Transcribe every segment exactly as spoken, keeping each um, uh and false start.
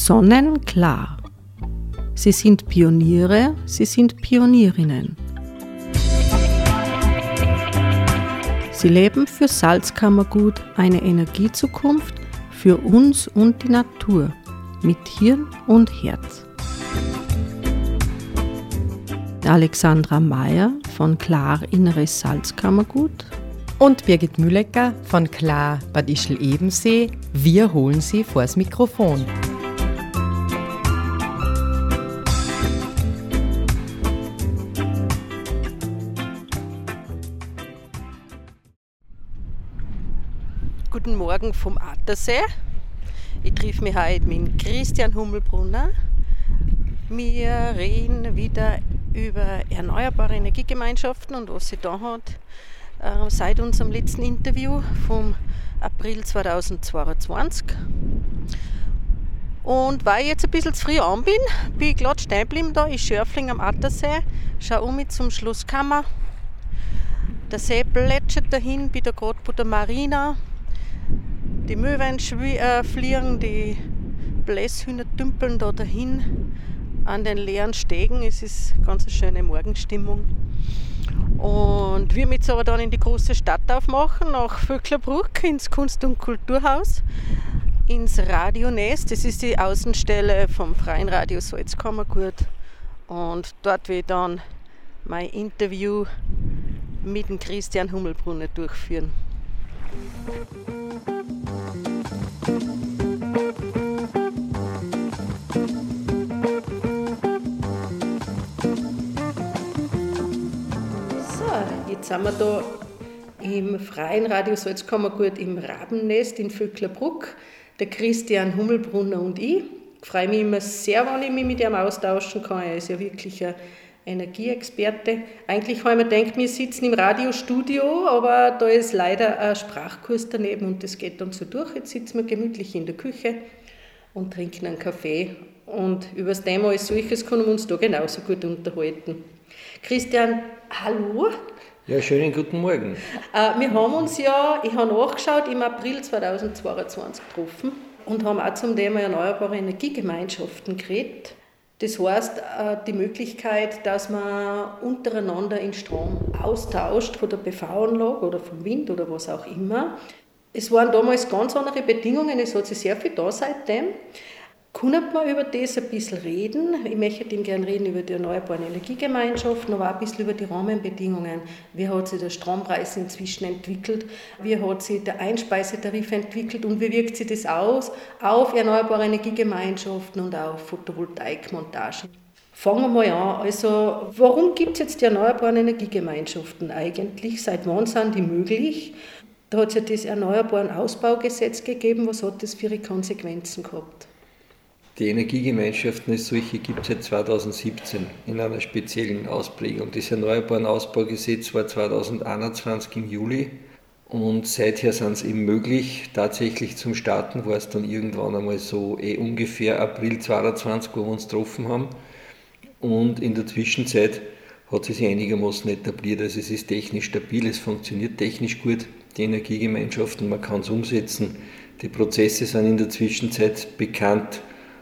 Sonnenklar. Sie sind Pioniere, sie sind Pionierinnen. Sie leben für Salzkammergut eine Energiezukunft für uns und die Natur mit Hirn und Herz. Alexandra Meyer von Klar Inneres Salzkammergut und Birgit Mühlecker von Klar Bad Ischl-Ebensee. Wir holen Sie vors Mikrofon. Guten Morgen vom Attersee. Ich treffe mich heute mit Christian Hummelbrunner. Wir reden wieder über erneuerbare Energiegemeinschaften und was sie da hat äh, seit unserem letzten Interview vom April zweitausendzweiundzwanzig. Und weil ich jetzt ein bisschen zu früh an bin, bin ich gerade stehen geblieben da in Schörfling am Attersee, schaue um mich zum Schloss Kammer. Der See plätschert dahin, bin da gerade bei der Marina. Die Möwen äh, fliegen, die Blässhühner dümpeln da dahin an den leeren Stegen. Es ist eine ganz schöne Morgenstimmung. Und wir jetzt aber dann in die große Stadt aufmachen, nach Vöcklerbruck ins Kunst- und Kulturhaus, ins Radionest. Das ist die Außenstelle vom Freien Radio Salzkammergut. Und dort will ich dann mein Interview mit dem Christian Hummelbrunner durchführen. Jetzt sind wir da im Freien Radio Salzkammergut im Rabennest in Vöcklerbruck, der Christian Hummelbrunner und ich. Ich freue mich immer sehr, wenn ich mich mit ihm austauschen kann. Er ist ja wirklich ein Energieexperte. Eigentlich habe ich mir gedacht, wir sitzen im Radiostudio, aber da ist leider ein Sprachkurs daneben und das geht dann so durch. Jetzt sitzen wir gemütlich in der Küche und trinken einen Kaffee. Und über das Thema als solches können wir uns da genauso gut unterhalten. Christian, hallo. Ja, schönen guten Morgen. Äh, wir haben uns ja, ich habe nachgeschaut, im April zweitausendzweiundzwanzig getroffen und haben auch zum Thema erneuerbare Energiegemeinschaften geredet. Das heißt, äh, die Möglichkeit, dass man untereinander in Strom austauscht, von der P V-Anlage oder vom Wind oder was auch immer. Es waren damals ganz andere Bedingungen, es hat sich sehr viel da seitdem. Können wir über das ein bisschen reden? Ich möchte ihm gerne reden über die erneuerbaren Energiegemeinschaften, aber auch ein bisschen über die Rahmenbedingungen. Wie hat sich der Strompreis inzwischen entwickelt? Wie hat sich der Einspeisetarif entwickelt? Und wie wirkt sich das aus auf erneuerbare Energiegemeinschaften und auf Photovoltaikmontagen? Fangen wir mal an. Also, warum gibt es jetzt die erneuerbaren Energiegemeinschaften eigentlich? Seit wann sind die möglich? Da hat es ja das Erneuerbaren Ausbaugesetz gegeben. Was hat das für ihre Konsequenzen gehabt? Die Energiegemeinschaften als solche gibt es seit zweitausendsiebzehn in einer speziellen Ausprägung. Das Erneuerbaren Ausbaugesetz war zweitausendeinundzwanzig im Juli und seither sind es eben möglich. Tatsächlich zum Starten war es dann irgendwann einmal so eh ungefähr April zweitausendzweiundzwanzig, wo wir uns getroffen haben. Und in der Zwischenzeit hat es sich einigermaßen etabliert. Also es ist technisch stabil, es funktioniert technisch gut, die Energiegemeinschaften, man kann es umsetzen. Die Prozesse sind in der Zwischenzeit bekannt.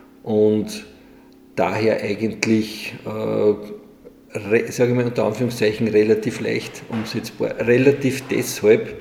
Und daher eigentlich, äh, re, sage ich mal unter Anführungszeichen, relativ leicht umsetzbar. Relativ deshalb,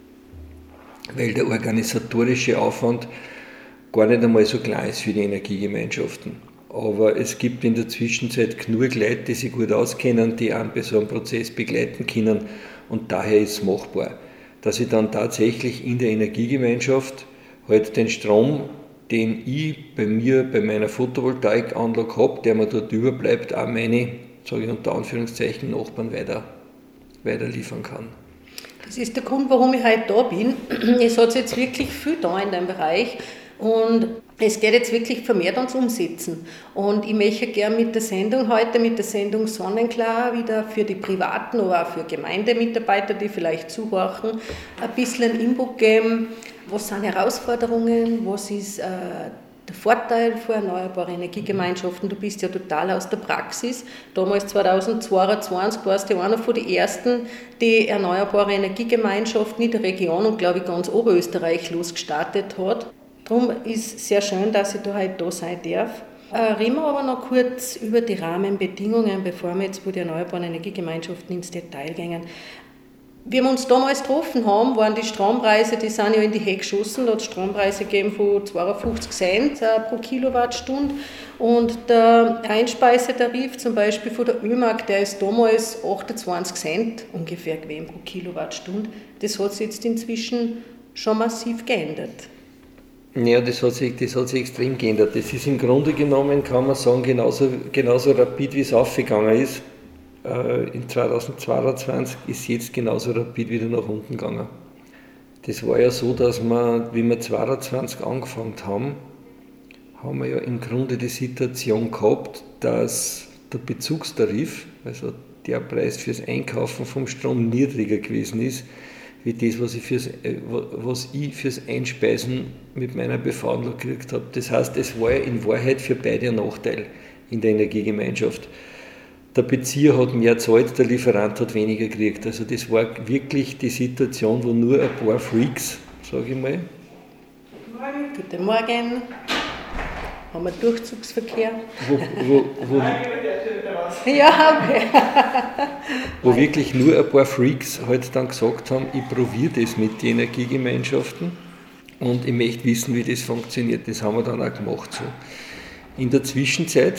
weil der organisatorische Aufwand gar nicht einmal so klein ist für die Energiegemeinschaften. Aber es gibt in der Zwischenzeit genug Leute, die sich gut auskennen, die einen bei so einem Prozess begleiten können und daher ist es machbar, dass ich dann tatsächlich in der Energiegemeinschaft halt den Strom, den ich bei mir, bei meiner Photovoltaikanlage habe, der mir dort überbleibt, auch meine, sage ich unter Anführungszeichen, Nachbarn weiter, weiter liefern kann. Das ist der Grund, warum ich heute da bin. Es hat jetzt wirklich viel da in dem Bereich und es geht jetzt wirklich vermehrt ans Umsetzen. Und ich möchte gerne mit der Sendung heute, mit der Sendung Sonnenklar, wieder für die Privaten, aber auch für Gemeindemitarbeiter, die vielleicht zuhören, ein bisschen einen Input geben. Was sind Herausforderungen? Was ist äh, der Vorteil von erneuerbaren Energiegemeinschaften? Du bist ja total aus der Praxis. Damals zweitausendzweiundzwanzig warst du einer von den ersten, die erneuerbare Energiegemeinschaften in der Region und glaube ich ganz Oberösterreich losgestartet hat. Darum ist es sehr schön, dass ich da heute da sein darf. Äh, reden wir aber noch kurz über die Rahmenbedingungen, bevor wir jetzt bei den erneuerbaren Energiegemeinschaften ins Detail gehen. Wie wir uns damals getroffen haben, waren die Strompreise, die sind ja in die Höhe geschossen. Da hat es Strompreise gegeben von zweiundfünfzig Cent pro Kilowattstunde. Und der Einspeisetarif zum Beispiel von der ÖMAG, der ist damals achtundzwanzig Cent ungefähr gewesen pro Kilowattstunde. Das hat sich jetzt inzwischen schon massiv geändert. Ja, das hat sich, das hat sich extrem geändert. Das ist im Grunde genommen, kann man sagen, genauso, genauso rapid, wie es aufgegangen ist. In zweitausendzweiundzwanzig ist jetzt genauso rapid wieder nach unten gegangen. Das war ja so, dass wir, wie wir zweitausendzweiundzwanzig angefangen haben, haben wir ja im Grunde die Situation gehabt, dass der Bezugstarif, also der Preis fürs Einkaufen vom Strom, niedriger gewesen ist, wie das, was ich fürs, was ich fürs Einspeisen mit meiner B V-Anlage gekriegt habe. Das heißt, es war ja in Wahrheit für beide ein Nachteil in der Energiegemeinschaft. Der Bezieher hat mehr gezahlt, der Lieferant hat weniger gekriegt. Also das war wirklich die Situation, wo nur ein paar Freaks, sage ich mal. Guten Morgen. Haben wir Durchzugsverkehr? Wo, wo, wo, ja, okay. Wo wirklich nur ein paar Freaks halt dann gesagt haben, ich probiere das mit den Energiegemeinschaften und ich möchte wissen, wie das funktioniert. Das haben wir dann auch gemacht. So. In der Zwischenzeit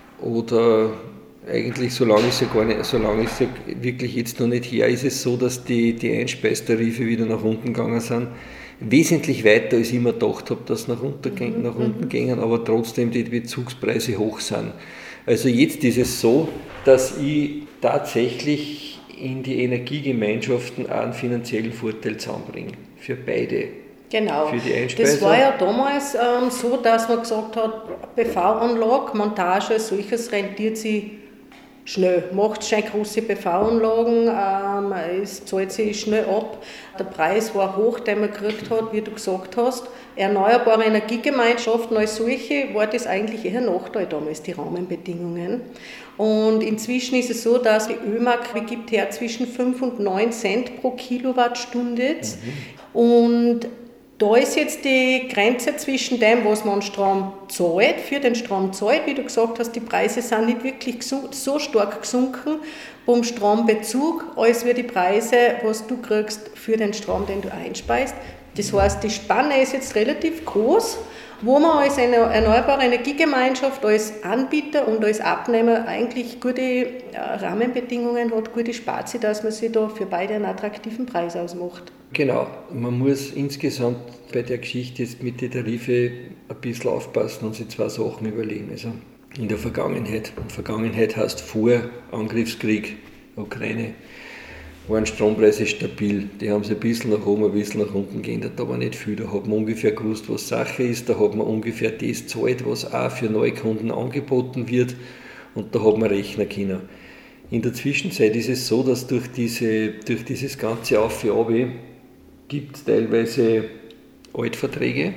oder eigentlich, solange es ja gar nicht, solange es ja wirklich jetzt noch nicht her, ist es so, dass die, die Einspeistarife wieder nach unten gegangen sind. Wesentlich weiter, als ich mir gedacht habe, dass sie nach unten, mhm. nach unten gehen, aber trotzdem die Bezugspreise hoch sind. Also jetzt ist es so, dass ich tatsächlich in die Energiegemeinschaften auch einen finanziellen Vorteil zusammenbringe. Für beide. Genau, für die Einspeiser. Das war ja damals ähm, so, dass man gesagt hat, B V-Anlage, Montage als solches rentiert sich schnell. Macht schon große B V-Anlagen, ähm, es zahlt sich schnell ab. Der Preis war hoch, den man gekriegt hat, wie du gesagt hast. Erneuerbare Energiegemeinschaften als solche war das eigentlich eher ein Nachteil damals, die Rahmenbedingungen. Und inzwischen ist es so, dass die ÖMAG gibt her zwischen fünf und neun Cent pro Kilowattstunde. Mhm. Und da ist jetzt die Grenze zwischen dem, was man Strom zahlt, für den Strom zahlt. Wie du gesagt hast, die Preise sind nicht wirklich so stark gesunken beim Strombezug, als wie die Preise, was du kriegst für den Strom, den du einspeist. Das heißt, die Spanne ist jetzt relativ groß, wo man als eine erneuerbare Energiegemeinschaft, als Anbieter und als Abnehmer eigentlich gute Rahmenbedingungen hat, gute Spazi, dass man sich da für beide einen attraktiven Preis ausmacht. Genau, man muss insgesamt bei der Geschichte jetzt mit den Tarifen ein bisschen aufpassen und sich zwei Sachen überlegen. Also in der Vergangenheit, und Vergangenheit heißt vor Angriffskrieg Ukraine, waren Strompreise stabil. Die haben sich ein bisschen nach oben, ein bisschen nach unten geändert, aber nicht viel. Da hat man ungefähr gewusst, was Sache ist, da hat man ungefähr das gezahlt, was auch für Neukunden angeboten wird, und da hat man rechnen können. In der Zwischenzeit ist es so, dass durch, diese, durch dieses ganze Auf und Ab gibt es teilweise Altverträge,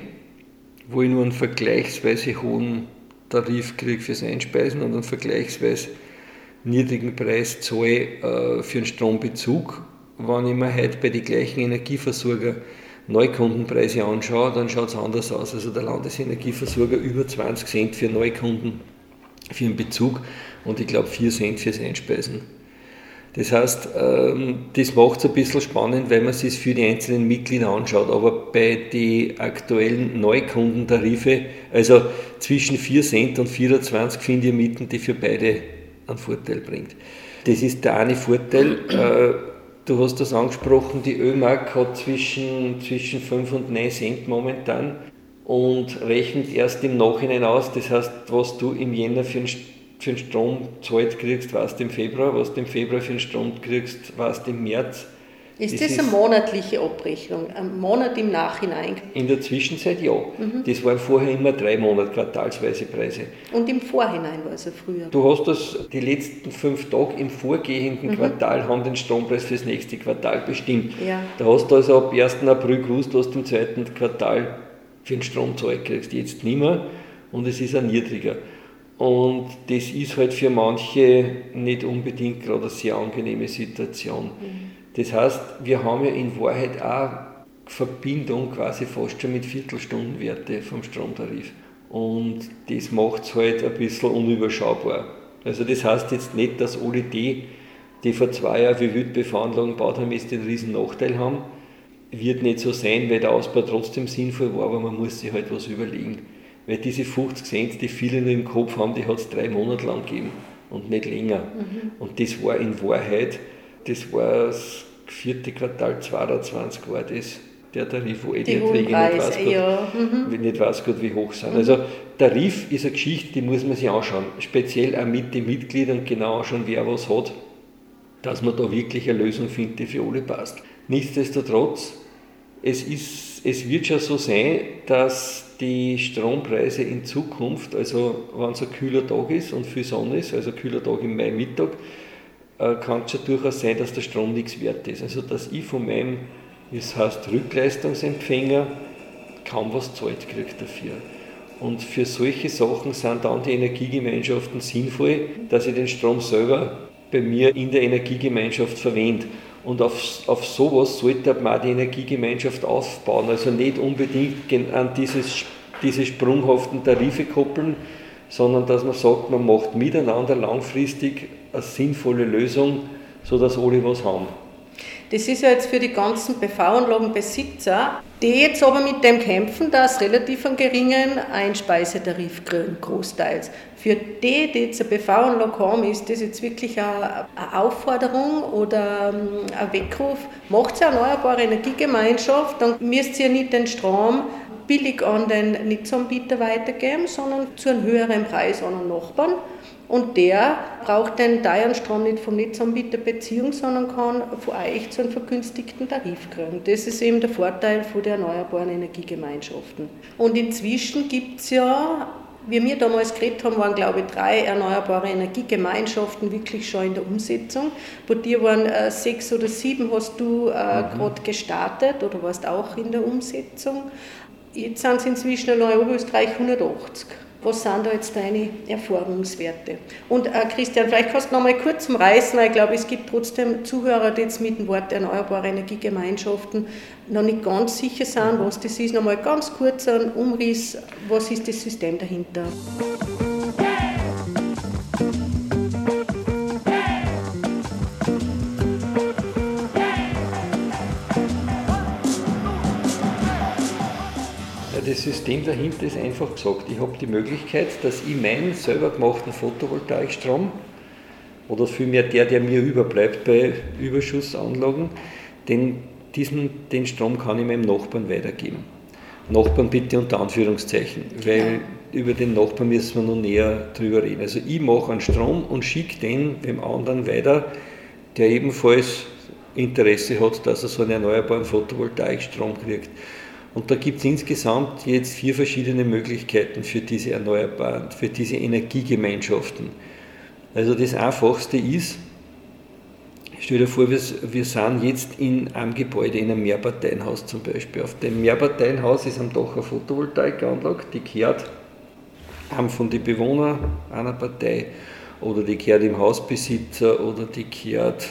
wo ich nur einen vergleichsweise hohen Tarif kriege fürs Einspeisen und einen vergleichsweise niedrigen Preis zahle äh, für den Strombezug. Wenn ich mir heute bei den gleichen Energieversorger Neukundenpreise anschaue, dann schaut es anders aus. Also der Landesenergieversorger über zwanzig Cent für Neukunden für den Bezug und ich glaube vier Cent fürs Einspeisen. Das heißt, das macht es ein bisschen spannend, weil man es für die einzelnen Mitglieder anschaut. Aber bei den aktuellen Neukundentarife, also zwischen vier Cent und vierundzwanzig, finde ich Mieten, die für beide einen Vorteil bringt. Das ist der eine Vorteil. Du hast das angesprochen, die ÖMAG hat zwischen, zwischen fünf und neun Cent momentan und rechnet erst im Nachhinein aus. Das heißt, was du im Jänner für einen für den Strom zahlt kriegst, weißt du im Februar, was du im Februar für den Strom kriegst, weißt du im März. Ist das, das eine monatliche Abrechnung, ein Monat im Nachhinein? In der Zwischenzeit ja. Mhm. Das waren vorher immer drei Monate quartalsweise Preise. Und im Vorhinein war es ja früher? Du hast das, die letzten fünf Tage im vorgehenden mhm. Quartal haben den Strompreis fürs nächste Quartal bestimmt. Ja. Da hast du also ab ersten April gewusst, was du im zweiten Quartal für den Strom zahlt kriegst. Jetzt nicht mehr und es ist auch niedriger. Und das ist halt für manche nicht unbedingt gerade eine sehr angenehme Situation. Mhm. Das heißt, wir haben ja in Wahrheit auch Verbindung quasi fast schon mit Viertelstundenwerte vom Stromtarif. Und das macht es halt ein bisschen unüberschaubar. Also das heißt jetzt nicht, dass alle die, die vor zwei Jahren wie Wildbeveranlagen gebaut haben, jetzt den riesen Nachteil haben. Wird nicht so sein, weil der Ausbau trotzdem sinnvoll war, aber man muss sich halt was überlegen. Weil diese fünfzig Cent, die viele nur im Kopf haben, die hat es drei Monate lang gegeben und nicht länger. Mhm. Und das war in Wahrheit, das war das vierte Quartal zweitausendzwanzig war das, der Tarif, wo eh die, die Erträge nicht weiß, gut, ja. mhm. nicht weiß gut, wie hoch sind. Mhm. Also Tarif ist eine Geschichte, die muss man sich anschauen, speziell auch mit den Mitgliedern genau anschauen, wer was hat, dass man da wirklich eine Lösung findet, die für alle passt. Nichtsdestotrotz, es, ist, es wird schon so sein, dass die Strompreise in Zukunft, also wenn es ein kühler Tag ist und viel Sonne ist, also ein kühler Tag im Mai Mittag, äh, kann es schon durchaus sein, dass der Strom nichts wert ist. Also dass ich von meinem, das heißt Rückleistungsempfänger, kaum was zahlt kriege dafür. Und für solche Sachen sind dann die Energiegemeinschaften sinnvoll, dass ich den Strom selber bei mir in der Energiegemeinschaft verwende. Und auf, auf sowas sollte man die Energiegemeinschaft aufbauen. Also nicht unbedingt an dieses, diese sprunghaften Tarife koppeln, sondern dass man sagt, man macht miteinander langfristig eine sinnvolle Lösung, sodass alle was haben. Das ist ja jetzt für die ganzen B V-Anlagenbesitzer, die jetzt aber mit dem kämpfen, dass relativ einen geringen Einspeisetarif kriegen, großteils. Für die, die jetzt eine B V-Anlage haben, ist das jetzt wirklich eine Aufforderung oder ein Weckruf. Macht eine erneuerbare Energiegemeinschaft, dann müsst ihr nicht den Strom billig an den Netzanbieter weitergeben, sondern zu einem höheren Preis an den Nachbarn. Und der braucht den teuren Strom nicht vom Netzanbieter beziehen, sondern kann von euch zu einem vergünstigten Tarif kriegen. Das ist eben der Vorteil von den erneuerbaren Energiegemeinschaften. Und inzwischen gibt es ja, wie wir damals geredet haben, waren glaube ich drei erneuerbare Energiegemeinschaften wirklich schon in der Umsetzung. Bei dir waren äh, sechs oder sieben, hast du äh, mhm. gerade gestartet oder warst auch in der Umsetzung. Jetzt sind es inzwischen in Oberösterreich hundertachtzig. Was sind da jetzt deine Erfahrungswerte? Und äh, Christian, vielleicht kannst du noch mal kurz umreißen, weil ich glaube, es gibt trotzdem Zuhörer, die jetzt mit dem Wort erneuerbare Energiegemeinschaften noch nicht ganz sicher sind, was das ist. Noch mal ganz kurz ein Umriss, was ist das System dahinter? Das System dahinter ist einfach gesagt, ich habe die Möglichkeit, dass ich meinen selber gemachten Photovoltaikstrom oder vielmehr der, der mir überbleibt bei Überschussanlagen, den, diesen, den Strom kann ich meinem Nachbarn weitergeben. Nachbarn bitte unter Anführungszeichen, weil ja. über den Nachbarn müssen wir noch näher drüber reden. Also ich mache einen Strom und schicke den dem anderen weiter, der ebenfalls Interesse hat, dass er so einen erneuerbaren Photovoltaikstrom kriegt. Und da gibt es insgesamt jetzt vier verschiedene Möglichkeiten für diese Erneuerbaren, für diese Energiegemeinschaften. Also das Einfachste ist, stell dir vor, wir, wir sind jetzt in einem Gebäude, in einem Mehrparteienhaus zum Beispiel. Auf dem Mehrparteienhaus ist am Dach eine Photovoltaikanlage, die gehört einem von den Bewohnern einer Partei oder die gehört dem Hausbesitzer oder die gehört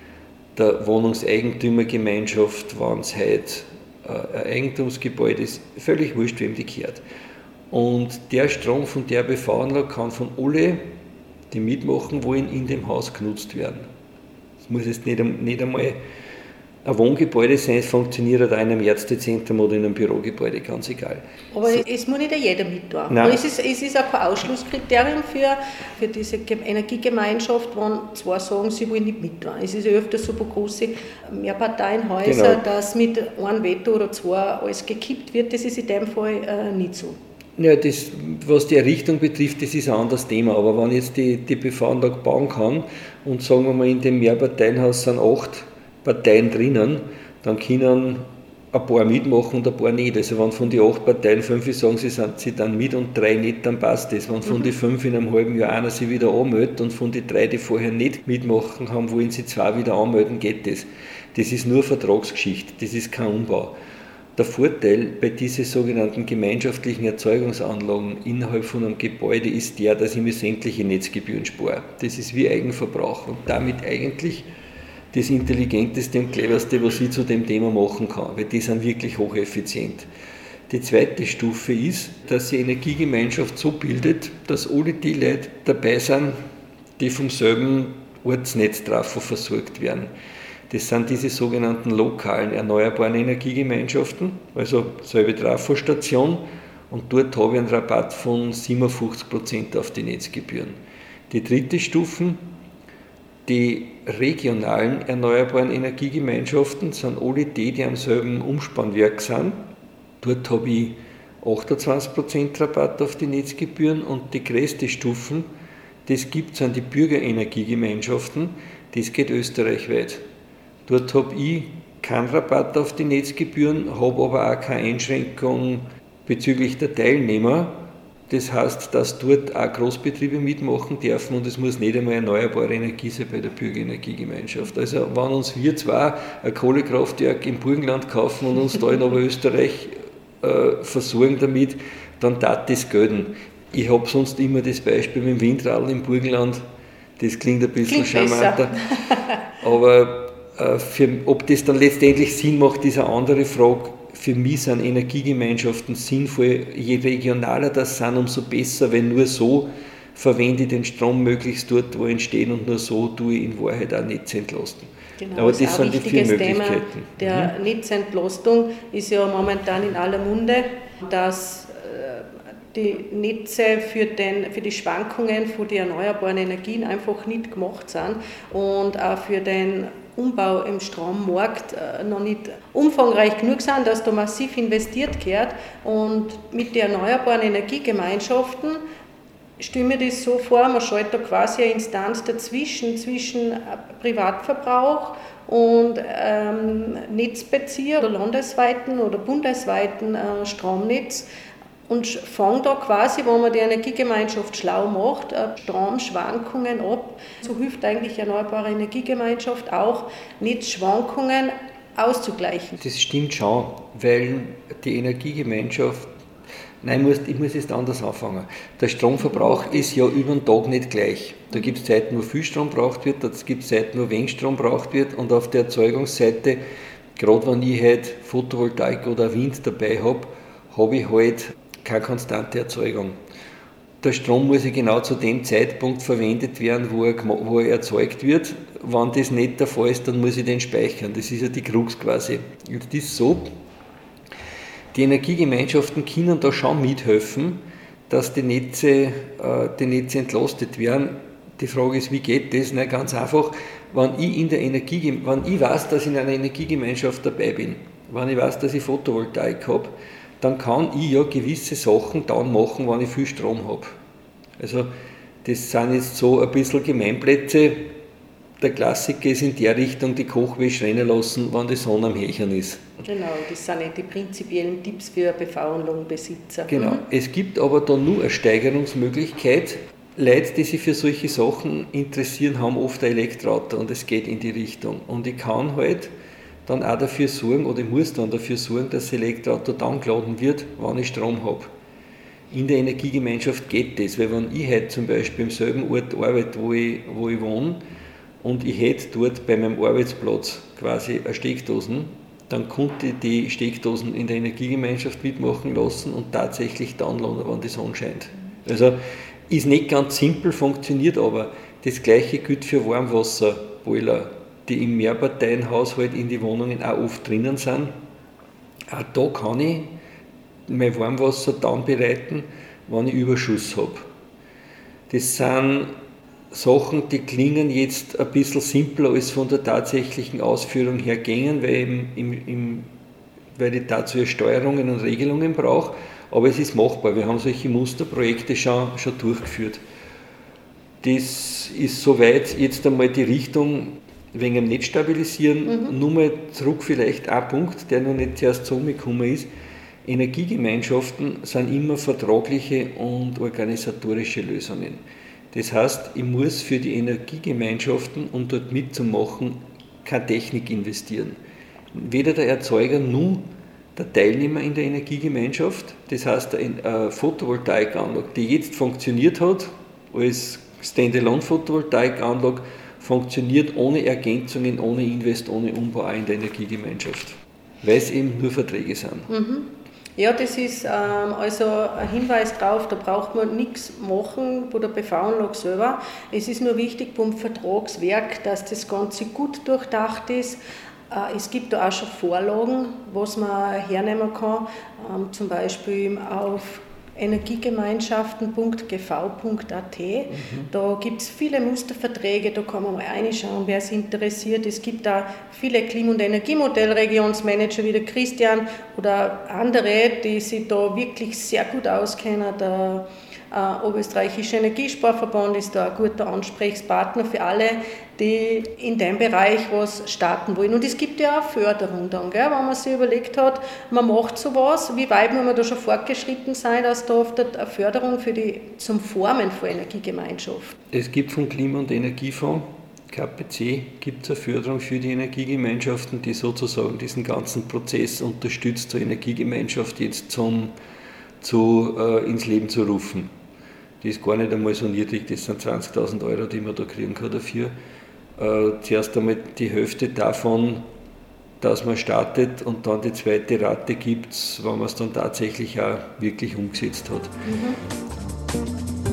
der Wohnungseigentümergemeinschaft, wenn es heute ein Eigentumsgebäude ist, völlig wurscht, wem die gehört. Und der Strom von der B V-Anlage kann von alle, die mitmachen wollen, in dem Haus genutzt werden. Es muss jetzt nicht, nicht einmal ein Wohngebäude sein, es funktioniert auch in einem Ärztezentrum oder in einem Bürogebäude, ganz egal. Aber so. Es muss nicht jeder mitmachen. Nein. Es ist, es ist auch kein Ausschlusskriterium für, für diese Energiegemeinschaft, wenn zwei sagen, sie wollen nicht mitmachen. Es ist ja öfter so bei großen Mehrparteienhäusern, genau. dass mit einem Veto oder zwei alles gekippt wird. Das ist in dem Fall äh, nicht so. Ja, das, was die Errichtung betrifft, das ist ein anderes Thema. Aber wenn jetzt die, die B V-Anlage bauen kann und sagen wir mal, in dem Mehrparteienhaus sind acht Parteien drinnen, dann können ein paar mitmachen und ein paar nicht. Also wenn von den acht Parteien fünf sagen, sie sind sie dann mit und drei nicht, dann passt das. Wenn von mhm. den fünf in einem halben Jahr einer sich wieder anmeldet und von den drei, die vorher nicht mitmachen haben, wollen sie zwei wieder anmelden, geht das. Das ist nur Vertragsgeschichte, das ist kein Umbau. Der Vorteil bei diesen sogenannten gemeinschaftlichen Erzeugungsanlagen innerhalb von einem Gebäude ist der, dass ich mir sämtliche Netzgebühren spare. Das ist wie Eigenverbrauch und damit eigentlich das Intelligenteste und Cleverste, was ich zu dem Thema machen kann, weil die sind wirklich hocheffizient. Die zweite Stufe ist, dass die Energiegemeinschaft so bildet, dass alle die Leute dabei sind, die vom selben Ortsnetztrafo versorgt werden. Das sind diese sogenannten lokalen erneuerbaren Energiegemeinschaften, also selbe Trafostation, und dort habe ich einen Rabatt von siebenundfünfzig Prozent auf die Netzgebühren. Die dritte Stufe, die regionalen erneuerbaren Energiegemeinschaften, sind alle die, die am selben Umspannwerk sind. Dort habe ich achtundzwanzig Prozent Rabatt auf die Netzgebühren, und die größte Stufe, das gibt es an die Bürgerenergiegemeinschaften, das geht österreichweit. Dort habe ich keinen Rabatt auf die Netzgebühren, habe aber auch keine Einschränkung bezüglich der Teilnehmer. Das heißt, dass dort auch Großbetriebe mitmachen dürfen, und es muss nicht einmal erneuerbare Energie sein bei der Bürgerenergiegemeinschaft. Also wenn uns wir zwar ein Kohlekraftwerk im Burgenland kaufen und uns da in Oberösterreich äh, versorgen damit, dann darf das gelten. Ich habe sonst immer das Beispiel mit dem Windradl im Burgenland, das klingt ein bisschen klingt charmanter, aber äh, für, ob das dann letztendlich Sinn macht, ist eine andere Frage. Für mich sind Energiegemeinschaften sinnvoll, je regionaler das sind, umso besser, weil nur so verwende ich den Strom möglichst dort, wo er entsteht, und nur so tue ich in Wahrheit auch Netze entlasten. Genau, aber das, das sind die vier Möglichkeiten. Thema der mhm. Netzentlastung ist ja momentan in aller Munde, dass die Netze für, den, für die Schwankungen von den erneuerbaren Energien einfach nicht gemacht sind und auch für den Umbau im Strommarkt noch nicht umfangreich genug sind, dass da massiv investiert wird. Und mit den erneuerbaren Energiegemeinschaften stelle mir das so vor, man schaltet da quasi eine Instanz dazwischen, zwischen Privatverbrauch und ähm, Netzbezieher oder landesweiten oder bundesweiten äh, Stromnetz, und fangen da quasi, wenn man die Energiegemeinschaft schlau macht, Stromschwankungen ab. So hilft eigentlich die erneuerbare Energiegemeinschaft auch, Netzschwankungen auszugleichen. Das stimmt schon, weil die Energiegemeinschaft, nein, ich muss, ich muss jetzt anders anfangen. Der Stromverbrauch ist ja über den Tag nicht gleich. Da gibt es Zeiten, wo viel Strom gebraucht wird, da gibt es Zeiten, wo wenig Strom gebraucht wird, und auf der Erzeugungsseite, gerade wenn ich halt Photovoltaik oder Wind dabei habe, habe ich halt keine konstante Erzeugung. Der Strom muss ja genau zu dem Zeitpunkt verwendet werden, wo er, wo er erzeugt wird. Wenn das nicht der Fall ist, dann muss ich den speichern. Das ist ja die Krux quasi. Und das ist so, die Energiegemeinschaften können da schon mithelfen, dass die Netze, äh, die Netze entlastet werden. Die Frage ist, wie geht das? Na, ganz einfach, wenn ich, in der Energie, wenn ich weiß, dass ich in einer Energiegemeinschaft dabei bin, wenn ich weiß, dass ich Photovoltaik habe, dann kann ich ja gewisse Sachen dann machen, wenn ich viel Strom habe. Also das sind jetzt so ein bisschen Gemeinplätze. Der Klassiker ist in der Richtung, die Kochwäsche rennen lassen, wenn die Sonne am Hechern ist. Genau, das sind nicht die prinzipiellen Tipps für Bevölkerungsbesitzer. Genau, mhm. Es gibt aber da nur eine Steigerungsmöglichkeit. Leute, die sich für solche Sachen interessieren, haben oft ein Elektroauto, und es geht in die Richtung. Und ich kann halt dann auch dafür sorgen, oder ich muss dann dafür sorgen, dass das Elektroauto dann geladen wird, wenn ich Strom habe. In der Energiegemeinschaft geht das, weil wenn ich halt zum Beispiel im selben Ort arbeite, wo ich, wo ich wohne, und ich hätte dort bei meinem Arbeitsplatz quasi eine Steckdosen, dann konnte ich die Steckdosen in der Energiegemeinschaft mitmachen lassen und tatsächlich dann laden, wenn die Sonne scheint. Also ist nicht ganz simpel, funktioniert aber. Das gleiche gilt für Warmwasserboiler, die im Mehrparteienhaushalt in die Wohnungen auch oft drinnen sind. Auch da kann ich mein Warmwasser dann bereiten, wenn ich Überschuss habe. Das sind Sachen, die klingen jetzt ein bisschen simpler, als von der tatsächlichen Ausführung her gingen, weil, im, im, im, weil ich dazu Steuerungen und Regelungen brauche, aber es ist machbar. Wir haben solche Musterprojekte schon, schon durchgeführt. Das ist soweit jetzt einmal die Richtung, wegen dem Netz stabilisieren. Mhm. Nur mal zurück vielleicht ein Punkt, der noch nicht zuerst so gekommen ist. Energiegemeinschaften sind immer vertragliche und organisatorische Lösungen. Das heißt, ich muss für die Energiegemeinschaften, um dort mitzumachen, keine Technik investieren. Weder der Erzeuger noch der Teilnehmer in der Energiegemeinschaft. Das heißt, eine Photovoltaikanlage, die jetzt funktioniert hat, als Standalone-Photovoltaikanlage, funktioniert ohne Ergänzungen, ohne Invest, ohne Umbau auch in der Energiegemeinschaft, weil es eben nur Verträge sind. Mhm. Ja, das ist ähm, also ein Hinweis darauf, da braucht man nichts machen bei der B V-Anlage selber. Es ist nur wichtig beim Vertragswerk, dass das Ganze gut durchdacht ist. Äh, es gibt da auch schon Vorlagen, was man hernehmen kann, ähm, zum Beispiel auf energiegemeinschaften punkt g v punkt a t. Mhm. Da gibt es viele Musterverträge, da kann man mal reinschauen, wer es interessiert. Es gibt da viele Klima- und Energiemodellregionsmanager wie der Christian oder andere, die sich da wirklich sehr gut auskennen. Der äh, Oberösterreichische Energiesparverband ist da ein guter Ansprechpartner für alle, die in dem Bereich was starten wollen. Und es gibt ja auch Förderung dann, gell, wenn man sich überlegt hat, man macht sowas, wie weit muss man da schon fortgeschritten sein, dass da oft eine Förderung für die, zum Formen von Energiegemeinschaft. Es gibt vom Klima- und Energiefonds, K P C, gibt es eine Förderung für die Energiegemeinschaften, die sozusagen diesen ganzen Prozess unterstützt, zur Energiegemeinschaft jetzt zum, zu, äh, ins Leben zu rufen. Die ist gar nicht einmal so niedrig, das sind zwanzigtausend Euro, die man da kriegen kann dafür. Äh, zuerst einmal die Hälfte davon, dass man startet, und dann die zweite Rate gibt es, wenn man es dann tatsächlich auch wirklich umgesetzt hat. Mhm.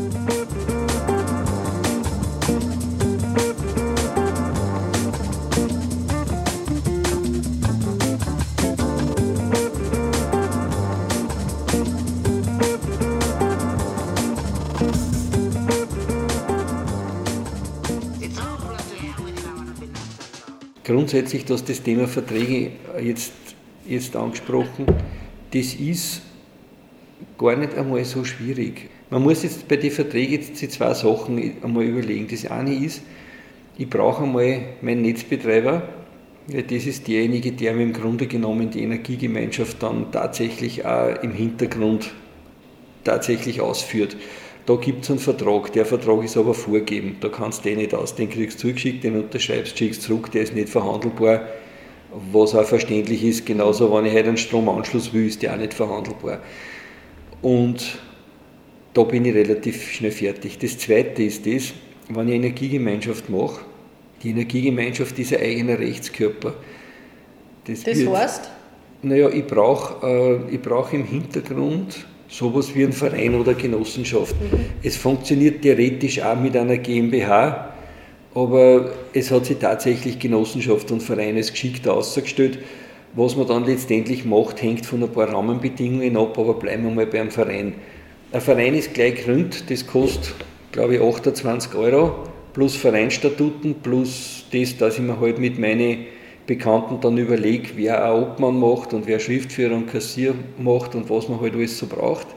Grundsätzlich, dass das Thema Verträge jetzt, jetzt angesprochen, das ist gar nicht einmal so schwierig. Man muss jetzt bei den Verträgen jetzt die zwei Sachen einmal überlegen. Das eine ist, ich brauche einmal meinen Netzbetreiber, weil das ist derjenige, der mir im Grunde genommen die Energiegemeinschaft dann tatsächlich auch im Hintergrund tatsächlich ausführt. Da gibt es einen Vertrag, der Vertrag ist aber vorgegeben, da kannst du den nicht aus, den kriegst du zugeschickt, den unterschreibst, schickst zurück, der ist nicht verhandelbar, was auch verständlich ist, genauso wenn ich heute einen Stromanschluss will, ist der auch nicht verhandelbar. Und da bin ich relativ schnell fertig. Das Zweite ist das, wenn ich eine Energiegemeinschaft mache, die Energiegemeinschaft ist ein eigener Rechtskörper. Das, das wird, heißt? Naja, ich brauche äh, ich brauch im Hintergrund sowas wie ein Verein oder Genossenschaft. Mhm. Es funktioniert theoretisch auch mit einer GmbH, aber es hat sich tatsächlich Genossenschaft und Verein als geschickt ausgestellt. Was man dann letztendlich macht, hängt von ein paar Rahmenbedingungen ab, aber bleiben wir mal beim Verein. Ein Verein ist gleich gegründet, das kostet, glaube ich, achtundzwanzig Euro, plus Vereinsstatuten, plus das, dass ich mir halt mit meinen Bekannten dann überlege, wer ein Obmann macht und wer Schriftführer und Kassier macht und was man halt alles so braucht.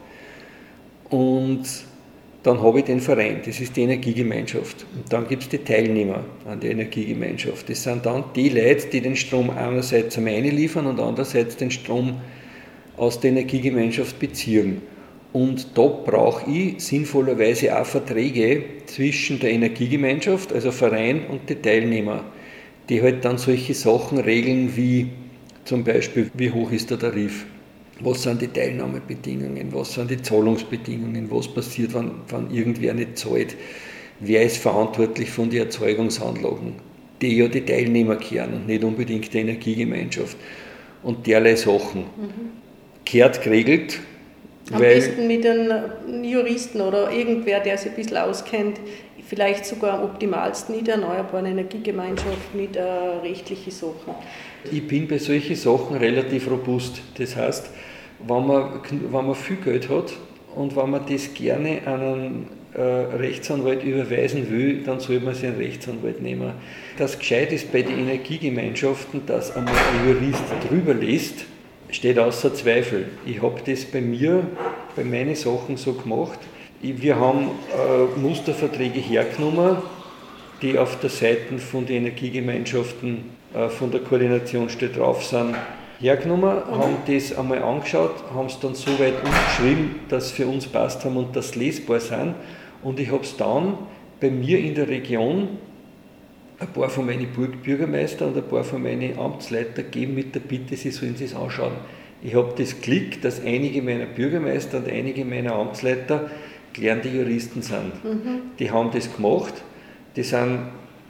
Und dann habe ich den Verein, das ist die Energiegemeinschaft. Und dann gibt es die Teilnehmer an der Energiegemeinschaft. Das sind dann die Leute, die den Strom einerseits am einen liefern und andererseits den Strom aus der Energiegemeinschaft beziehen. Und da brauche ich sinnvollerweise auch Verträge zwischen der Energiegemeinschaft, also Verein, und den Teilnehmern, die halt dann solche Sachen regeln wie zum Beispiel, wie hoch ist der Tarif, was sind die Teilnahmebedingungen, was sind die Zahlungsbedingungen, was passiert, wenn, wenn irgendwer nicht zahlt, wer ist verantwortlich von den Erzeugungsanlagen, die ja die Teilnehmer kehren und nicht unbedingt die Energiegemeinschaft und derlei Sachen. Mhm. Gehört geregelt. Am weil, besten mit einem Juristen oder irgendwer, der sich ein bisschen auskennt, vielleicht sogar am optimalsten in der erneuerbaren Energiegemeinschaft mit äh, rechtlichen Sachen. Ich bin bei solchen Sachen relativ robust. Das heißt, wenn man, wenn man viel Geld hat und wenn man das gerne an einen äh, Rechtsanwalt überweisen will, dann soll man sich einen Rechtsanwalt nehmen. Das Gescheit ist bei den Energiegemeinschaften, dass einmal ein Jurist drüber liest, steht außer Zweifel. Ich habe das bei mir, bei meinen Sachen so gemacht. Wir haben äh, Musterverträge hergenommen, die auf der Seite von den Energiegemeinschaften äh, von der Koordinationsstelle drauf sind, hergenommen, mhm. haben das einmal angeschaut, haben es dann so weit umgeschrieben, dass es für uns passt haben und dass lesbar sind. Und ich habe es dann bei mir in der Region ein paar von meinen Bürgermeister und ein paar von meinen Amtsleiter gegeben mit der Bitte, sie sollen sich das anschauen. Ich habe das Glück, dass einige meiner Bürgermeister und einige meiner Amtsleiter gelernte Juristen sind. Mhm. Die haben das gemacht, die sind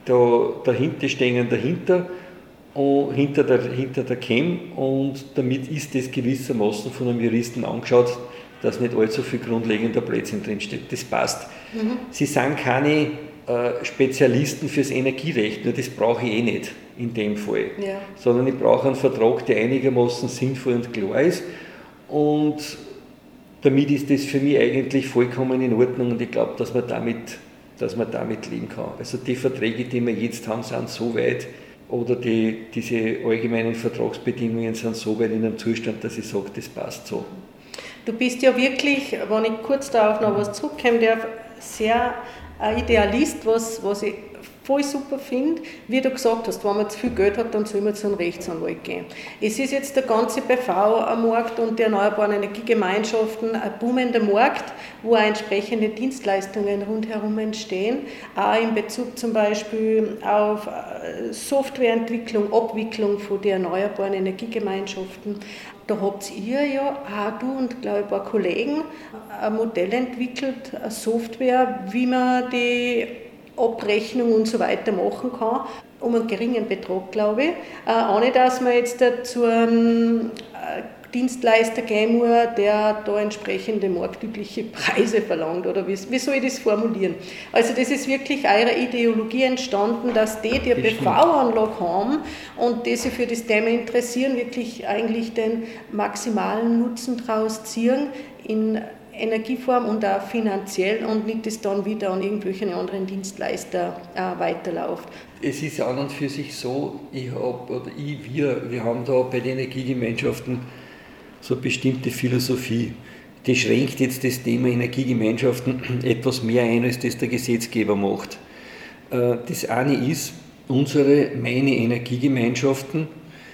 da, dahinter stehen dahinter, und hinter der, hinter der Cam, und damit ist das gewissermaßen von einem Juristen angeschaut, dass nicht allzu viel grundlegender Blödsinn drinsteht. Das passt. Mhm. Sie sind keine äh, Spezialisten fürs Energierecht, nur das brauche ich eh nicht in dem Fall. Ja. Sondern ich brauche einen Vertrag, der einigermaßen sinnvoll und klar ist, und damit ist das für mich eigentlich vollkommen in Ordnung, und ich glaube, dass man damit, dass man damit leben kann. Also die Verträge, die wir jetzt haben, sind so weit, oder die, diese allgemeinen Vertragsbedingungen sind so weit in einem Zustand, dass ich sage, das passt so. Du bist ja wirklich, wenn ich kurz darauf noch was zurückkommen darf, sehr ein Idealist, was, was ich voll super finde, wie du gesagt hast, wenn man zu viel Geld hat, dann soll man zu einem Rechtsanwalt gehen. Es ist jetzt der ganze B V-Markt und die erneuerbaren Energiegemeinschaften ein boomender Markt, wo auch entsprechende Dienstleistungen rundherum entstehen, auch in Bezug zum Beispiel auf Softwareentwicklung, Abwicklung von den erneuerbaren Energiegemeinschaften. Da habt ihr ja, auch du und glaube ich ein paar Kollegen, ein Modell entwickelt, eine Software, wie man die Abrechnung und so weiter machen kann, um einen geringen Betrag, glaube ich. Äh, ohne dass man jetzt zu einem Dienstleister gehen muss, der da entsprechende marktübliche Preise verlangt, oder wie, wie soll ich das formulieren? Also das ist wirklich eure Ideologie entstanden, dass die, die eine B V-Anlage haben und die sich für das Thema interessieren, wirklich eigentlich den maximalen Nutzen daraus ziehen in Energieform und auch finanziell, und nicht das dann wieder an irgendwelche anderen Dienstleister äh, weiterläuft. Es ist an und für sich so, ich hab, oder ich, wir, wir haben da bei den Energiegemeinschaften so eine bestimmte Philosophie. Die schränkt jetzt das Thema Energiegemeinschaften etwas mehr ein, als das der Gesetzgeber macht. Äh, das eine ist, unsere, meine Energiegemeinschaften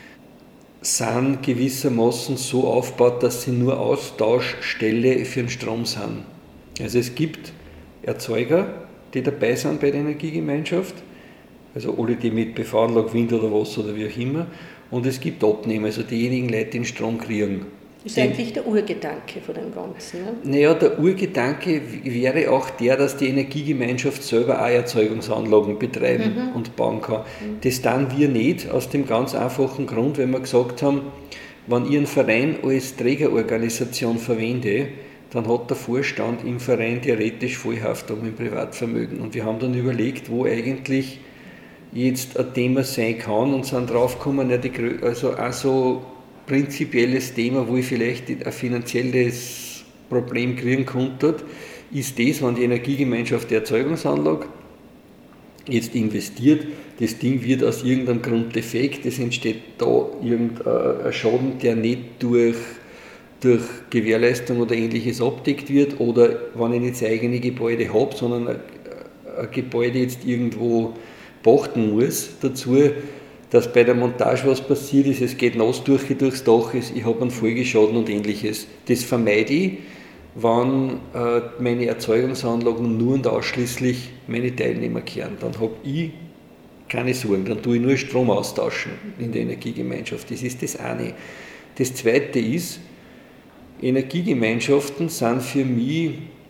sind gewissermaßen so aufgebaut, dass sie nur Austauschstelle für den Strom sind. Also es gibt Erzeuger, die dabei sind bei der Energiegemeinschaft, also alle, die mit B V-Anlage, Wind oder Wasser oder wie auch immer, und es gibt Abnehmer, also diejenigen Leute, die den Strom kriegen. Das ist eigentlich der Urgedanke von dem Ganzen. Ne? Naja, der Urgedanke wäre auch der, dass die Energiegemeinschaft selber auch Erzeugungsanlagen betreiben mhm. und bauen kann. Mhm. Das tun wir nicht, aus dem ganz einfachen Grund, weil wir gesagt haben, wenn ich einen Verein als Trägerorganisation verwende, dann hat der Vorstand im Verein theoretisch Vollhaftung im Privatvermögen. Und wir haben dann überlegt, wo eigentlich jetzt ein Thema sein kann, und sind draufgekommen, ja, die, also auch so prinzipielles Thema, wo ich vielleicht ein finanzielles Problem kriegen konnte, ist das, wenn die Energiegemeinschaft der Erzeugungsanlage jetzt investiert, das Ding wird aus irgendeinem Grund defekt, es entsteht da irgendein Schaden, der nicht durch, durch Gewährleistung oder Ähnliches abdeckt wird, oder wenn ich nicht das eigene Gebäude habe, sondern ein, ein Gebäude jetzt irgendwo pachten muss dazu, dass bei der Montage was passiert ist, es geht nass durch, durchs Dach, ist, ich habe einen Folgeschaden und Ähnliches. Das vermeide ich, wenn äh, meine Erzeugungsanlagen nur und ausschließlich meine Teilnehmer kehren. Dann habe ich keine Sorgen, dann tue ich nur Strom austauschen in der Energiegemeinschaft. Das ist das eine. Das zweite ist, Energiegemeinschaften sind für mich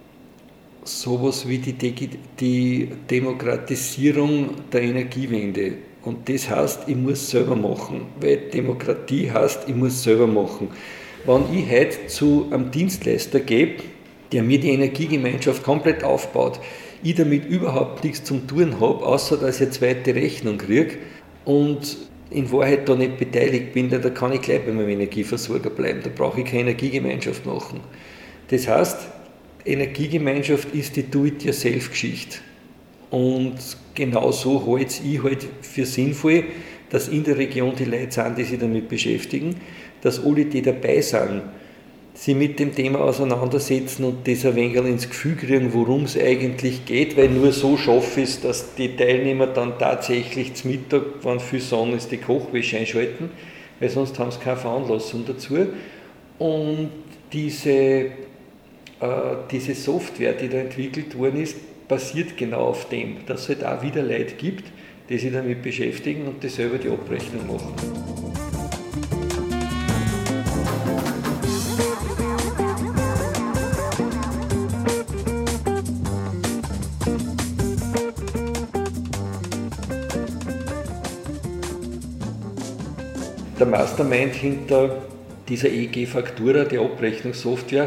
sowas wie die, De- die Demokratisierung der Energiewende. Und das heißt, ich muss selber machen, weil Demokratie heißt, ich muss selber machen. Wenn ich heute zu einem Dienstleister gehe, der mir die Energiegemeinschaft komplett aufbaut, ich damit überhaupt nichts zu tun habe, außer dass ich eine zweite Rechnung kriege und in Wahrheit da nicht beteiligt bin, dann da kann ich gleich bei meinem Energieversorger bleiben, da brauche ich keine Energiegemeinschaft machen. Das heißt, Energiegemeinschaft ist die Do-it-yourself-Geschichte. Und genau so halte ich halt für sinnvoll, dass in der Region die Leute sind, die sich damit beschäftigen, dass alle, die dabei sind, sich mit dem Thema auseinandersetzen und das ein wenig ins Gefühl kriegen, worum es eigentlich geht, weil nur so schaffe ich es, dass die Teilnehmer dann tatsächlich zum Mittag, wenn viel Sonne ist, die Kochwäsche einschalten, weil sonst haben sie keine Veranlassung dazu. Und diese, äh, diese Software, die da entwickelt worden ist, basiert genau auf dem, dass es halt auch wieder Leute gibt, die sich damit beschäftigen und die selber die Abrechnung machen. der Mastermind hinter dieser E G-Faktura, die Abrechnungssoftware,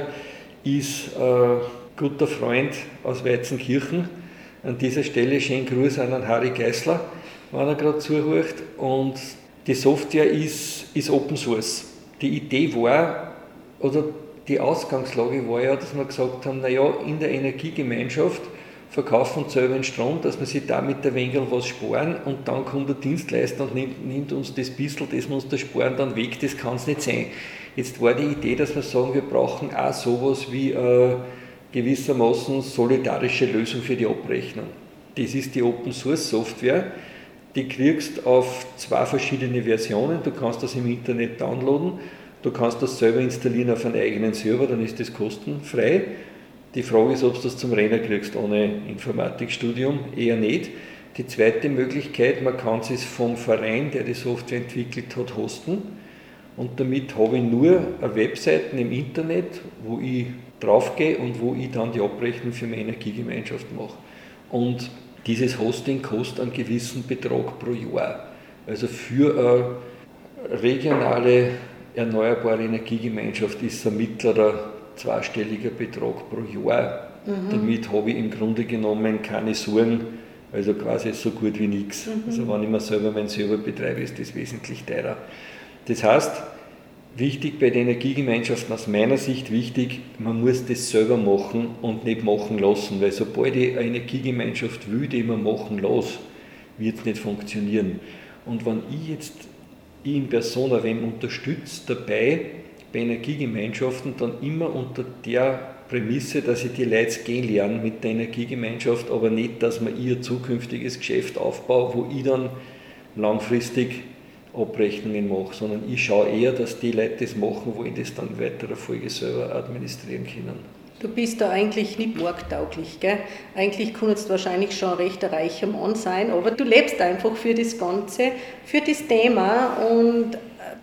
ist ein guter Freund aus Weizenkirchen. An dieser Stelle schönen Gruß an den Harry Geisler, wenn er gerade zuhört. Und die Software ist, ist Open Source. Die Idee war, oder die Ausgangslage war ja, dass wir gesagt haben, naja, in der Energiegemeinschaft verkaufen uns selber den Strom, dass wir sich damit ein wenig was sparen und dann kommt der Dienstleister und nimmt, nimmt uns das bisschen, das wir uns da sparen, dann weg, das kann es nicht sein. Jetzt war die Idee, dass wir sagen, wir brauchen auch sowas wie eine gewissermaßen solidarische Lösung für die Abrechnung. Das ist die Open Source Software, die kriegst auf zwei verschiedene Versionen, du kannst das im Internet downloaden, du kannst das selber installieren auf einen eigenen Server, dann ist das kostenfrei. Die Frage ist, ob du das zum Rennen kriegst ohne Informatikstudium, eher nicht. Die zweite Möglichkeit, man kann es vom Verein, der die Software entwickelt hat, hosten. Und damit habe ich nur eine Webseite im Internet, wo ich draufgehe und wo ich dann die Abrechnung für meine Energiegemeinschaft mache. Und dieses Hosting kostet einen gewissen Betrag pro Jahr. Also für eine regionale erneuerbare Energiegemeinschaft ist es ein mittlerer zweistelliger Betrag pro Jahr. Mhm. Damit habe ich im Grunde genommen keine Sorgen, also quasi so gut wie nichts. Mhm. Also wenn ich mir selber meinen Server betreibe, ist das wesentlich teurer. Das heißt, wichtig bei den Energiegemeinschaften, aus meiner Sicht wichtig, man muss das selber machen und nicht machen lassen, weil sobald ich eine Energiegemeinschaft will, die man machen lasse, wird es nicht funktionieren. Und wenn ich jetzt ich in Persona wem unterstütze dabei, bei Energiegemeinschaften dann immer unter der Prämisse, dass ich die Leute gehen lerne mit der Energiegemeinschaft, aber nicht, dass man ihr zukünftiges Geschäft aufbaut, wo ich dann langfristig Abrechnungen mache, sondern ich schaue eher, dass die Leute das machen, wo ich das dann in weiterer Folge selber administrieren können. Du bist da eigentlich nicht markttauglich, gell? Eigentlich kannst du wahrscheinlich schon ein recht reicher Mann sein, aber du lebst einfach für das Ganze, für das Thema und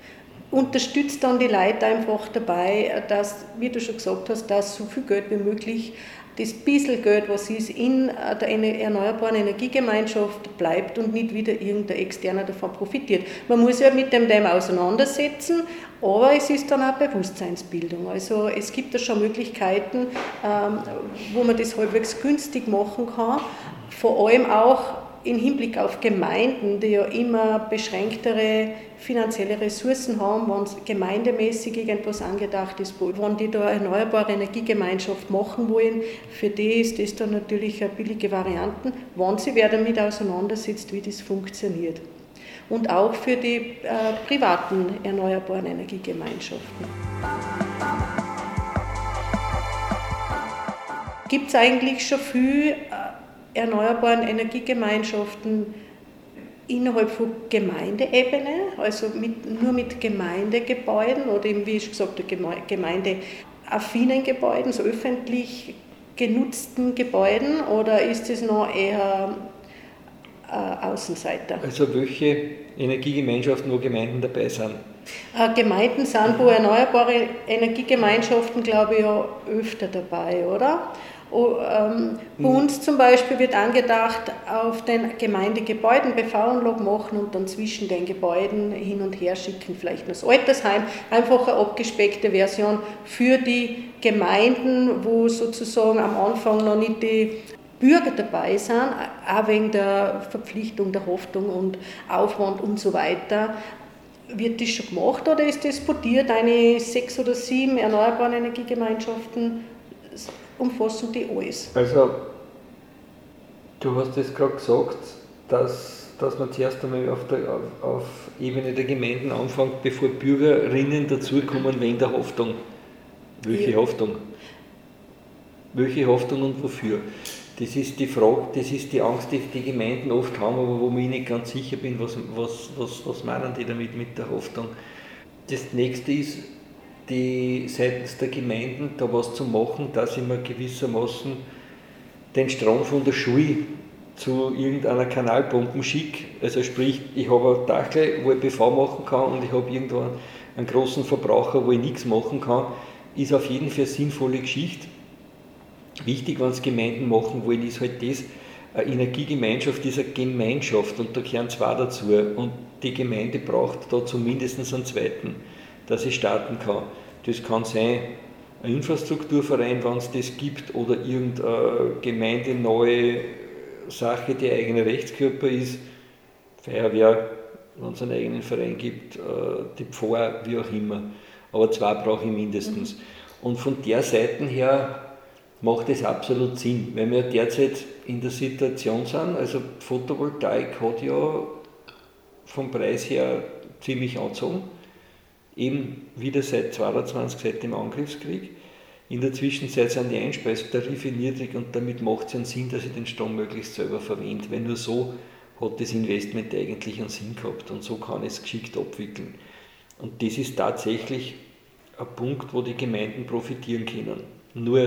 unterstützt dann die Leute einfach dabei, dass, wie du schon gesagt hast, dass so viel Geld wie möglich, das bisschen Geld, was ist, in der erneuerbaren Energiegemeinschaft bleibt und nicht wieder irgendein Externer davon profitiert. Man muss ja mit dem Thema auseinandersetzen, aber es ist dann auch Bewusstseinsbildung. Also es gibt da schon Möglichkeiten, wo man das halbwegs günstig machen kann, vor allem auch im Hinblick auf Gemeinden, die ja immer beschränktere finanzielle Ressourcen haben, wenn es gemeindemäßig irgendwas angedacht ist, wenn die da eine erneuerbare Energiegemeinschaft machen wollen, für die ist das dann natürlich eine billige Variante, wenn sie wer damit auseinandersetzt, wie das funktioniert. Und auch für die äh, privaten erneuerbaren Energiegemeinschaften. Gibt es eigentlich schon viel äh, erneuerbaren Energiegemeinschaften innerhalb von Gemeindeebene, also mit, nur mit Gemeindegebäuden oder eben, wie ich gesagt habe, gemeindeaffinen Gebäuden, so öffentlich genutzten Gebäuden, oder ist es noch eher äh, Außenseiter? Also welche Energiegemeinschaften, wo Gemeinden dabei sind? Äh, Gemeinden sind, wo erneuerbare Energiegemeinschaften, glaube ich, ja öfter dabei, oder? Oh, ähm, bei uns zum Beispiel wird angedacht, auf den Gemeindegebäuden B V-Anlage machen und dann zwischen den Gebäuden hin und her schicken, vielleicht noch das Altersheim, einfach eine abgespeckte Version für die Gemeinden, wo sozusagen am Anfang noch nicht die Bürger dabei sind, auch wegen der Verpflichtung, der Haftung und Aufwand und so weiter. Wird das schon gemacht oder ist das bei dir, deine sechs oder sieben erneuerbaren Energiegemeinschaften, umfassen die alles? Also, du hast es gerade gesagt, dass, dass man zuerst einmal auf, der, auf, auf Ebene der Gemeinden anfängt, bevor Bürgerinnen dazukommen wegen der Haftung. Welche ja. Haftung? Welche Haftung und wofür? Das ist die Frage, das ist die Angst, die die Gemeinden oft haben, aber wo ich nicht ganz sicher bin, was, was, was, was meinen die damit mit der Haftung. Das nächste ist, die seitens der Gemeinden da was zu machen, dass ich mir gewissermaßen den Strom von der Schule zu irgendeiner Kanalpumpe schicke. Also sprich, ich habe ein Dachel, wo ich B V machen kann und ich habe irgendwo einen großen Verbraucher, wo ich nichts machen kann, ist auf jeden Fall eine sinnvolle Geschichte. Wichtig, wenn es Gemeinden machen wollen, ist halt das, eine Energiegemeinschaft ist eine Gemeinschaft und da gehören zwei dazu. Und die Gemeinde braucht da zumindest einen zweiten, dass sie starten kann. Das kann sein, ein Infrastrukturverein, wenn es das gibt, oder irgendeine gemeindeneue Sache, die eigene Rechtskörper ist, Feuerwehr, wenn es einen eigenen Verein gibt, die Pfarrer, wie auch immer. Aber zwei brauche ich mindestens. Mhm. Und von der Seite her macht es absolut Sinn, weil wir derzeit in der Situation sind, also Photovoltaik hat ja vom Preis her ziemlich angezogen, eben wieder seit zweitausendzweiundzwanzig, seit dem Angriffskrieg. In der Zwischenzeit sind die Einspeistarife niedrig und damit macht es einen Sinn, dass ich den Strom möglichst selber verwende, weil nur so hat das Investment eigentlich einen Sinn gehabt und so kann es geschickt abwickeln. Und das ist tatsächlich ein Punkt, wo die Gemeinden profitieren können. Nur,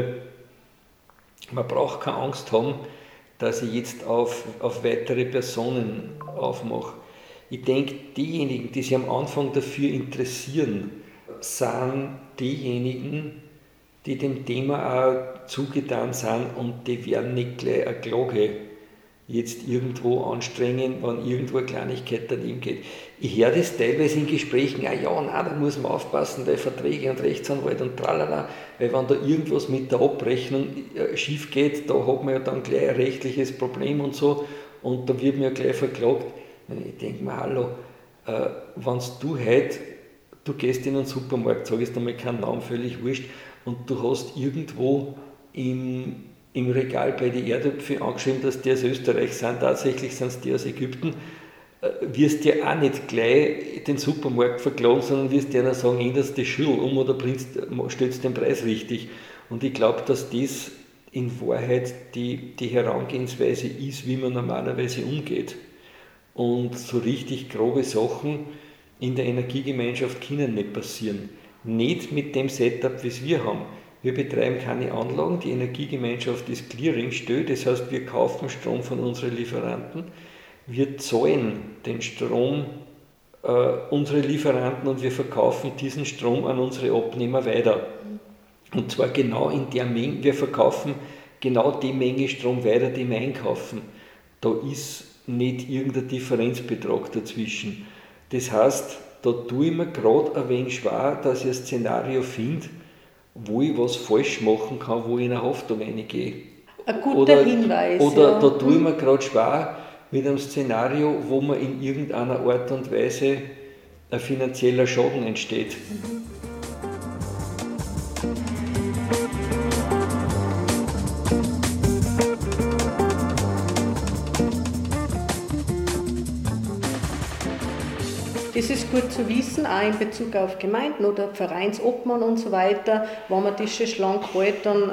man braucht keine Angst haben, dass ich jetzt auf, auf weitere Personen aufmache. Ich denke, diejenigen, die sich am Anfang dafür interessieren, sind diejenigen, die dem Thema auch zugetan sind und die werden nicht gleich eine Klage jetzt irgendwo anstrengen, wenn irgendwo eine Kleinigkeit daneben geht. Ich höre das teilweise in Gesprächen, ah ja, nein, da muss man aufpassen, weil Verträge und Rechtsanwalt und tralala, weil wenn da irgendwas mit der Abrechnung schief geht, da hat man ja dann gleich ein rechtliches Problem und so und da wird man ja gleich verklagt. Ich denke mir, hallo, äh, wenn du heute, du gehst in einen Supermarkt, sag jetzt einmal keinen Namen, völlig wurscht, und du hast irgendwo im im Regal bei den Erdäpfeln angeschrieben, dass die aus Österreich sind, tatsächlich sind es die aus Ägypten, wirst du ja auch nicht gleich den Supermarkt verklagen, sondern wirst dir sagen, änderst die Schüssel um oder stellst den Preis richtig. Und ich glaube, dass das in Wahrheit die, die Herangehensweise ist, wie man normalerweise umgeht. Und so richtig grobe Sachen in der Energiegemeinschaft können nicht passieren. Nicht mit dem Setup, wie es wir haben. Wir betreiben keine Anlagen, die Energiegemeinschaft ist Clearingstelle, das heißt, wir kaufen Strom von unseren Lieferanten, wir zahlen den Strom äh, unsere Lieferanten und wir verkaufen diesen Strom an unsere Abnehmer weiter. Und zwar genau in der Menge, wir verkaufen genau die Menge Strom weiter, die wir einkaufen. Da ist nicht irgendein Differenzbetrag dazwischen. Das heißt, da tue ich mir gerade ein wenig schwer, dass ich ein Szenario finde, wo ich was falsch machen kann, wo ich in eine Haftung reingehe. Ein guter oder, Hinweis. Oder ja. da tue ich mir gerade schwer mit einem Szenario, wo mir in irgendeiner Art und Weise ein finanzieller Schaden entsteht. Mhm. Das ist gut zu wissen, auch in Bezug auf Gemeinden oder Vereinsobmann und so weiter. Wenn man das schon schlank hält, dann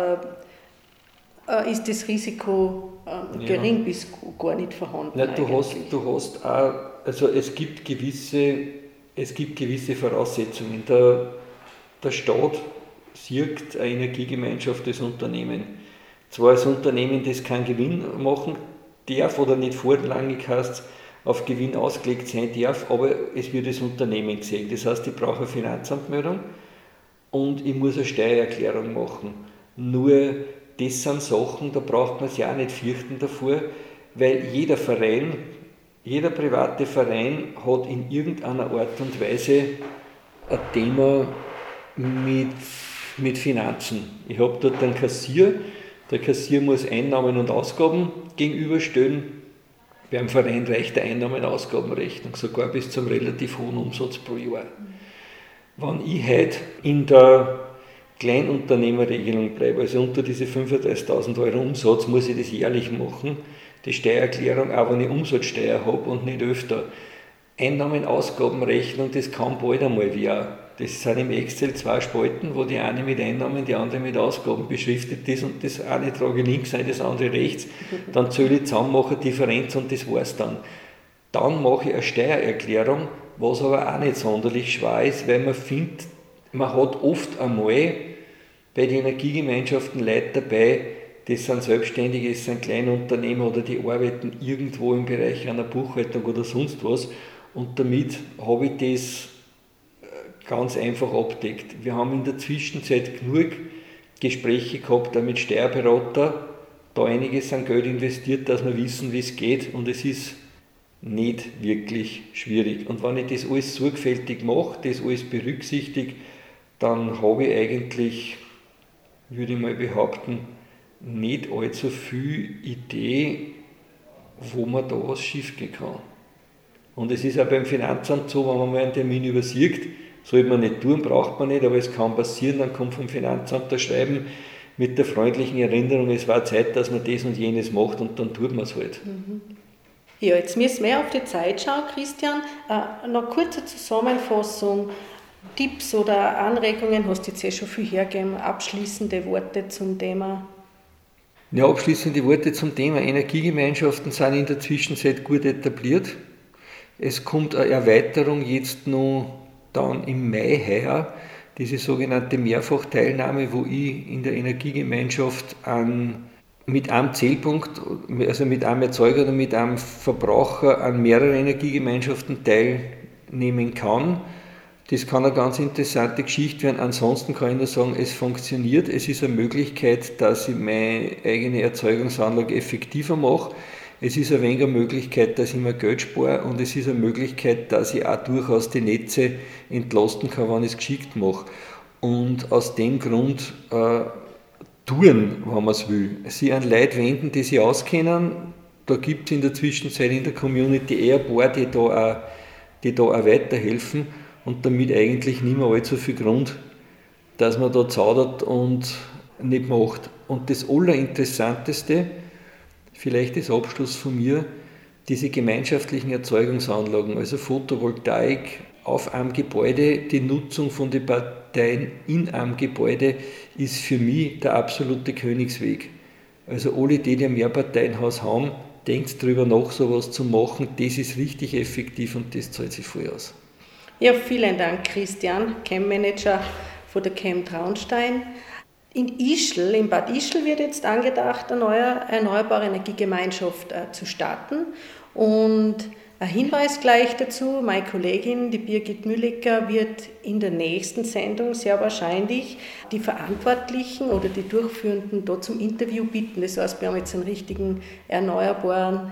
äh, ist das Risiko äh, gering ja. bis gar nicht vorhanden. Ja, du, hast, du hast auch, also es gibt gewisse, es gibt gewisse Voraussetzungen. Der, der Staat sieht eine Energiegemeinschaft als Unternehmen. Zwar als Unternehmen, das keinen Gewinn machen darf oder nicht vorrangig heißt, auf Gewinn ausgelegt sein darf, aber es wird als Unternehmen gesehen. Das heißt, ich brauche eine Finanzamtmeldung und ich muss eine Steuererklärung machen. Nur das sind Sachen, da braucht man sich auch nicht fürchten davor, weil jeder Verein, jeder private Verein hat in irgendeiner Art und Weise ein Thema mit, mit Finanzen. Ich habe dort einen Kassier, der Kassier muss Einnahmen und Ausgaben gegenüberstellen. Beim Verein reicht eine Einnahmen-Ausgabenrechnung, sogar bis zum relativ hohen Umsatz pro Jahr. Wenn ich heute in der Kleinunternehmerregelung bleibe, also unter diese fünfunddreißigtausend Euro Umsatz, muss ich das jährlich machen, die Steuererklärung, auch wenn ich Umsatzsteuer habe und nicht öfter. Einnahmen-Ausgabenrechnung, das kann bald einmal wieder. Das sind im Excel zwei Spalten, wo die eine mit Einnahmen, die andere mit Ausgaben beschriftet ist und das eine trage ich links ein, das andere rechts. Dann zähle ich zusammen, mache eine Differenz und das war's dann. Dann mache ich eine Steuererklärung, was aber auch nicht sonderlich schwer ist, weil man findet, man hat oft einmal bei den Energiegemeinschaften Leute dabei, das sind Selbstständige, das sind Kleinunternehmer oder die arbeiten irgendwo im Bereich einer Buchhaltung oder sonst was und damit habe ich das ganz einfach abdeckt. Wir haben in der Zwischenzeit genug Gespräche gehabt, auch mit Steuerberatern, da einiges an Geld investiert, dass wir wissen, wie es geht und es ist nicht wirklich schwierig. Und wenn ich das alles sorgfältig mache, das alles berücksichtige, dann habe ich eigentlich, würde ich mal behaupten, nicht allzu viel Idee, wo man da was schiefgehen kann. Und es ist auch beim Finanzamt so, wenn man mal einen Termin übersieht, sollte man nicht tun, braucht man nicht, aber es kann passieren, dann kommt vom Finanzamt das Schreiben mit der freundlichen Erinnerung, es war Zeit, dass man das und jenes macht und dann tut man es halt. Mhm. Ja, jetzt müssen wir auf die Zeit schauen, Christian. Äh, noch kurze Zusammenfassung, Tipps oder Anregungen, hast du jetzt eh schon viel hergegeben, abschließende Worte zum Thema? Ja, abschließende Worte zum Thema. Energiegemeinschaften sind in der Zwischenzeit gut etabliert. Es kommt eine Erweiterung jetzt noch dann im Mai heuer, diese sogenannte Mehrfachteilnahme, wo ich in der Energiegemeinschaft an, mit einem Zählpunkt, also mit einem Erzeuger oder mit einem Verbraucher an mehreren Energiegemeinschaften teilnehmen kann. Das kann eine ganz interessante Geschichte werden. Ansonsten kann ich nur sagen, es funktioniert. Es ist eine Möglichkeit, dass ich meine eigene Erzeugungsanlage effektiver mache. Es ist ein wenig eine Möglichkeit, dass ich mir Geld spare und es ist eine Möglichkeit, dass ich auch durchaus die Netze entlasten kann, wenn ich es geschickt mache. Und aus dem Grund äh, tun, wenn man es will. Sie an Leute wenden, die sich auskennen. Da gibt es in der Zwischenzeit in der Community eher ein paar, die da auch, die da auch weiterhelfen und damit eigentlich nicht mehr allzu viel Grund, dass man da zaudert und nicht macht. Und das Allerinteressanteste, vielleicht das Abschluss von mir, diese gemeinschaftlichen Erzeugungsanlagen, also Photovoltaik auf einem Gebäude, die Nutzung von den Parteien in einem Gebäude ist für mich der absolute Königsweg. Also alle die, die ein Mehrparteienhaus haben, denkt darüber nach, sowas zu machen, das ist richtig effektiv und das zahlt sich voll aus. Ja, vielen Dank, Christian, Chem-Manager von der Chem Traunstein. In Ischl, in Bad Ischl wird jetzt angedacht, eine neue erneuerbare Energiegemeinschaft äh, zu starten. Und ein Hinweis gleich dazu, meine Kollegin, die Birgit Müllecker, wird in der nächsten Sendung sehr wahrscheinlich die Verantwortlichen oder die Durchführenden da zum Interview bitten. Das heißt, wir haben jetzt einen richtigen erneuerbaren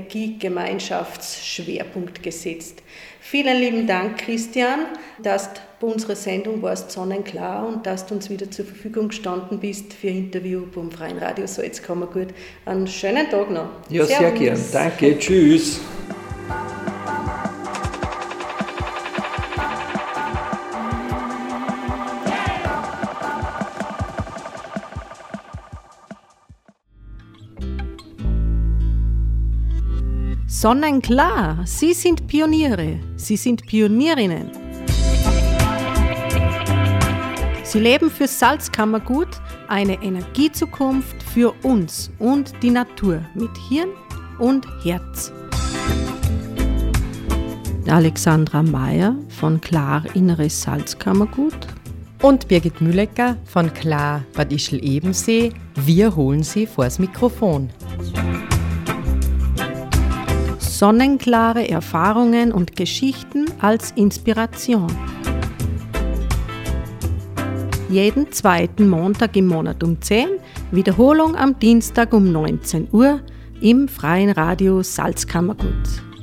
Energiegemeinschaftsschwerpunkt gesetzt. Vielen lieben Dank, Christian, dass du bei unserer Sendung warst sonnenklar und dass du uns wieder zur Verfügung gestanden bist für ein Interview beim Freien Radio Salzkammergut. Einen schönen Tag noch. Ja, Servus. Sehr gern. Danke. Tschüss. Sonnenklar, Sie sind Pioniere, Sie sind Pionierinnen. Sie leben für Salzkammergut eine Energiezukunft für uns und die Natur mit Hirn und Herz. Alexandra Meyer von Klar Inneres Salzkammergut und Birgit Müllecker von Klar Bad Ischl-Ebensee. Wir holen Sie vors Mikrofon. Sonnenklare Erfahrungen und Geschichten als Inspiration. Jeden zweiten Montag im Monat um zehn, Wiederholung am Dienstag um neunzehn Uhr im Freien Radio Salzkammergut.